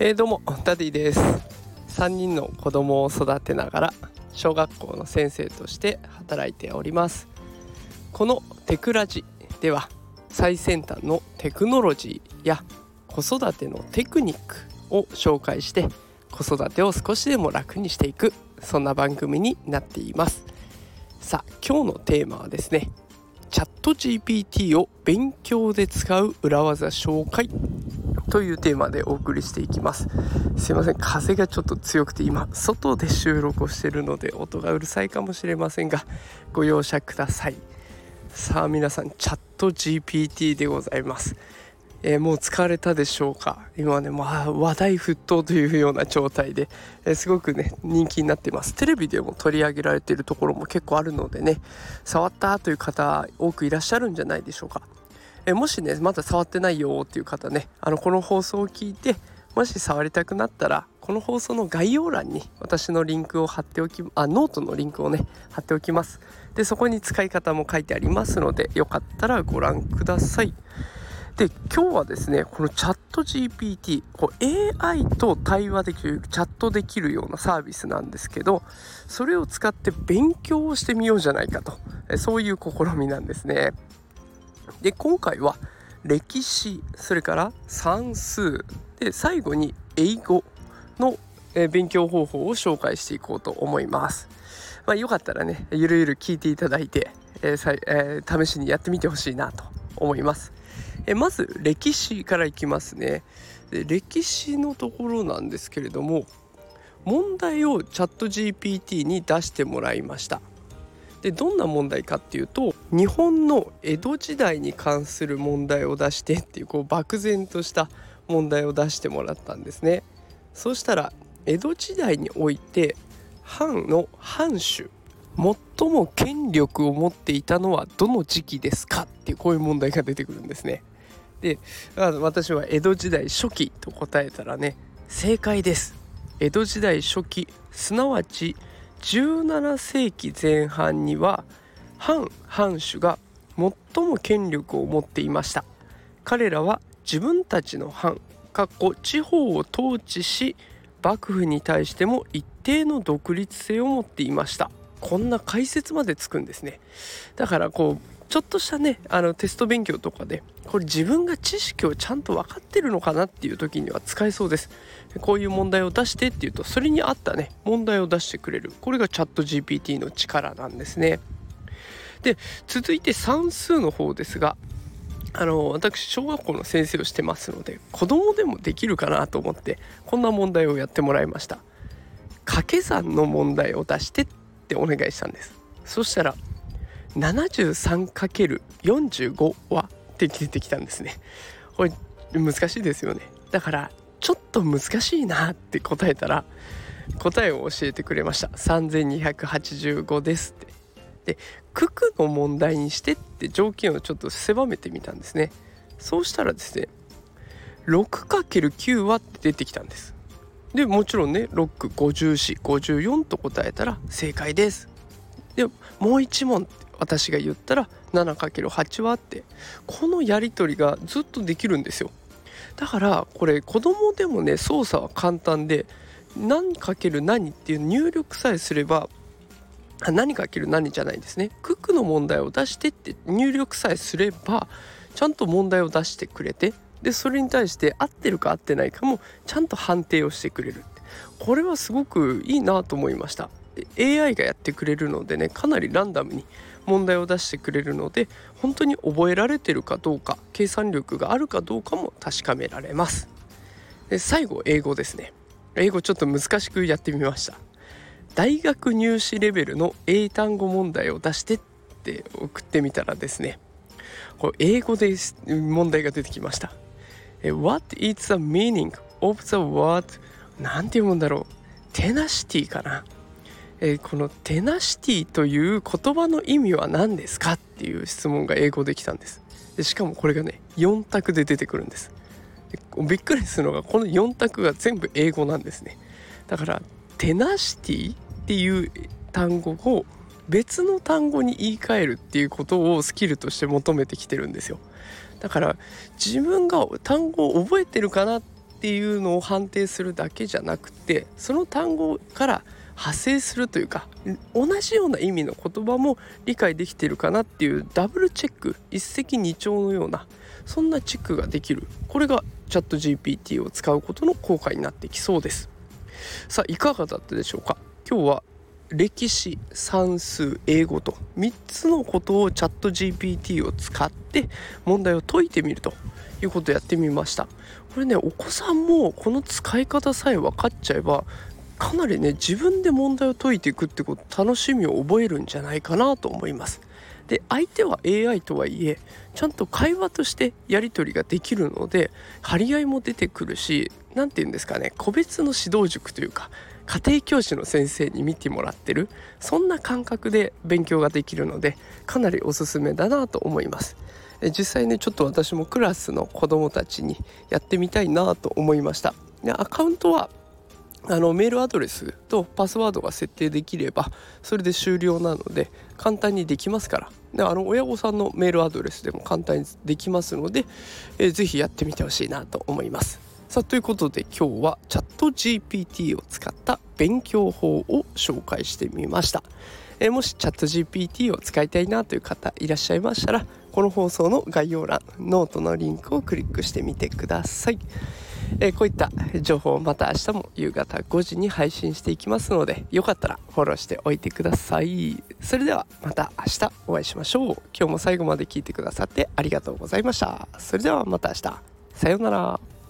どうもダディです。3人の子供を育てながら小学校の先生として働いております。このテクラジでは最先端のテクノロジーや子育てのテクニックを紹介して子育てを少しでも楽にしていく、そんな番組になっています。さあ、今日のテーマはですね、チャット GPT を勉強で使う裏技紹介というテーマでお送りしていきます。すいません、風がちょっと強くて今外で収録をしているので音がうるさいかもしれませんがご容赦ください。さあ皆さん、チャット GPT でございます。もう疲れたでしょうか。今はね、話題沸騰というような状態で、すごくね人気になっています。テレビでも取り上げられているところも結構あるのでね、触ったという方多くいらっしゃるんじゃないでしょうか。もしねまだ触ってないよっていう方ね、この放送を聞いてもし触りたくなったら、この放送の概要欄に私のリンクを貼っておきノートのリンクをね貼っておきます。でそこに使い方も書いてありますので、よかったらご覧ください。で今日はですね、このチャット GPT、AI と対話できる、チャットできるようなサービスなんですけど、それを使って勉強をしてみようじゃないかと、そういう試みなんですね。で今回は歴史、それから算数で最後に英語の勉強方法を紹介していこうと思います。よかったらねゆるゆる聞いていただいて、試しにやってみてほしいなと思います。まず歴史からいきますね。で歴史のところなんですけれども、問題をチャット GPT に出してもらいました。でどんな問題かっていうと、日本の江戸時代に関する問題を出してっていう、漠然とした問題を出してもらったんですね。そうしたら、江戸時代において藩の藩主、最も権力を持っていたのはどの時期ですかっていう、こういう問題が出てくるんですね。で私は江戸時代初期と答えたらね、正解です。江戸時代初期、すなわち17世紀前半には藩主が最も権力を持っていました。彼らは自分たちの藩地方を統治し、幕府に対しても一定の独立性を持っていました。こんな解説までつくんですね。だからちょっとしたねテスト勉強とかで、これ自分が知識をちゃんと分かってるのかなっていう時には使えそうです。こういう問題を出してっていうと、それに合ったね問題を出してくれる、これがチャット GPT の力なんですね。で続いて算数の方ですが、私小学校の先生をしてますので、子供でもできるかなと思ってこんな問題をやってもらいました。掛け算の問題を出してってお願いしたんです。そしたら 73×45 はって出てきたんですね。これ難しいですよね。だからちょっと難しいなって答えたら、答えを教えてくれました。3285ですって。で九九の問題にしてって条件をちょっと狭めてみたんですね。そうしたらですね、 6×9 はって出てきたんです。でもちろんね、654と答えたら正解です。でもう一問私が言ったら 7×8 はって、このやり取りがずっとできるんですよ。だからこれ子供でもね操作は簡単で、何かける何っていう入力さえすれば、何かける何じゃないですね、九九の問題を出してって入力さえすればちゃんと問題を出してくれて、でそれに対して合ってるか合ってないかもちゃんと判定をしてくれる。これはすごくいいなと思いました。AI がやってくれるのでね、かなりランダムに問題を出してくれるので、本当に覚えられてるかどうか、計算力があるかどうかも確かめられます。で最後英語ですね。英語ちょっと難しくやってみました。大学入試レベルの英単語問題を出してって送ってみたらですね、これ英語で問題が出てきました。What is the meaning of the word なんて読むんだろう、テナシティかな。このテナシティという言葉の意味は何ですかっていう質問が英語できたんです。でしかもこれがね4択で出てくるんです。でびっくりするのが、この4択が全部英語なんですね。だからテナシティっていう単語を別の単語に言い換えるっていうことをスキルとして求めてきてるんですよ。だから自分が単語を覚えてるかなっっていうのを判定するだけじゃなくて、その単語から派生するというか同じような意味の言葉も理解できているかなっていうダブルチェック、一石二鳥のようなそんなチェックができる、これがチャット GPT を使うことの効果になってきそうです。さあいかがだったでしょうか。今日は歴史、算数、英語と3つのことをチャット GPT を使って問題を解いてみるということをやってみました。これね、お子さんもこの使い方さえ分かっちゃえばかなりね、自分で問題を解いていくってこと、楽しみを覚えるんじゃないかなと思います。で、相手は AI とはいえちゃんと会話としてやり取りができるので張り合いも出てくるし、なんていうんですかね、個別の指導塾というか家庭教師の先生に見てもらってる、そんな感覚で勉強ができるのでかなりおすすめだなと思います。実際ね、ちょっと私もクラスの子どもたちにやってみたいなと思いました。で、アカウントはメールアドレスとパスワードが設定できればそれで終了なので簡単にできますから、で親御さんのメールアドレスでも簡単にできますので、ぜひやってみてほしいなと思います。さあ、ということで今日はチャット GPT を使った勉強法を紹介してみました。もしチャット GPT を使いたいなという方いらっしゃいましたら、この放送の概要欄ノートのリンクをクリックしてみてください。こういった情報をまた明日も夕方5時に配信していきますので、よかったらフォローしておいてください。それではまた明日お会いしましょう。今日も最後まで聞いてくださってありがとうございました。それではまた明日、さようなら。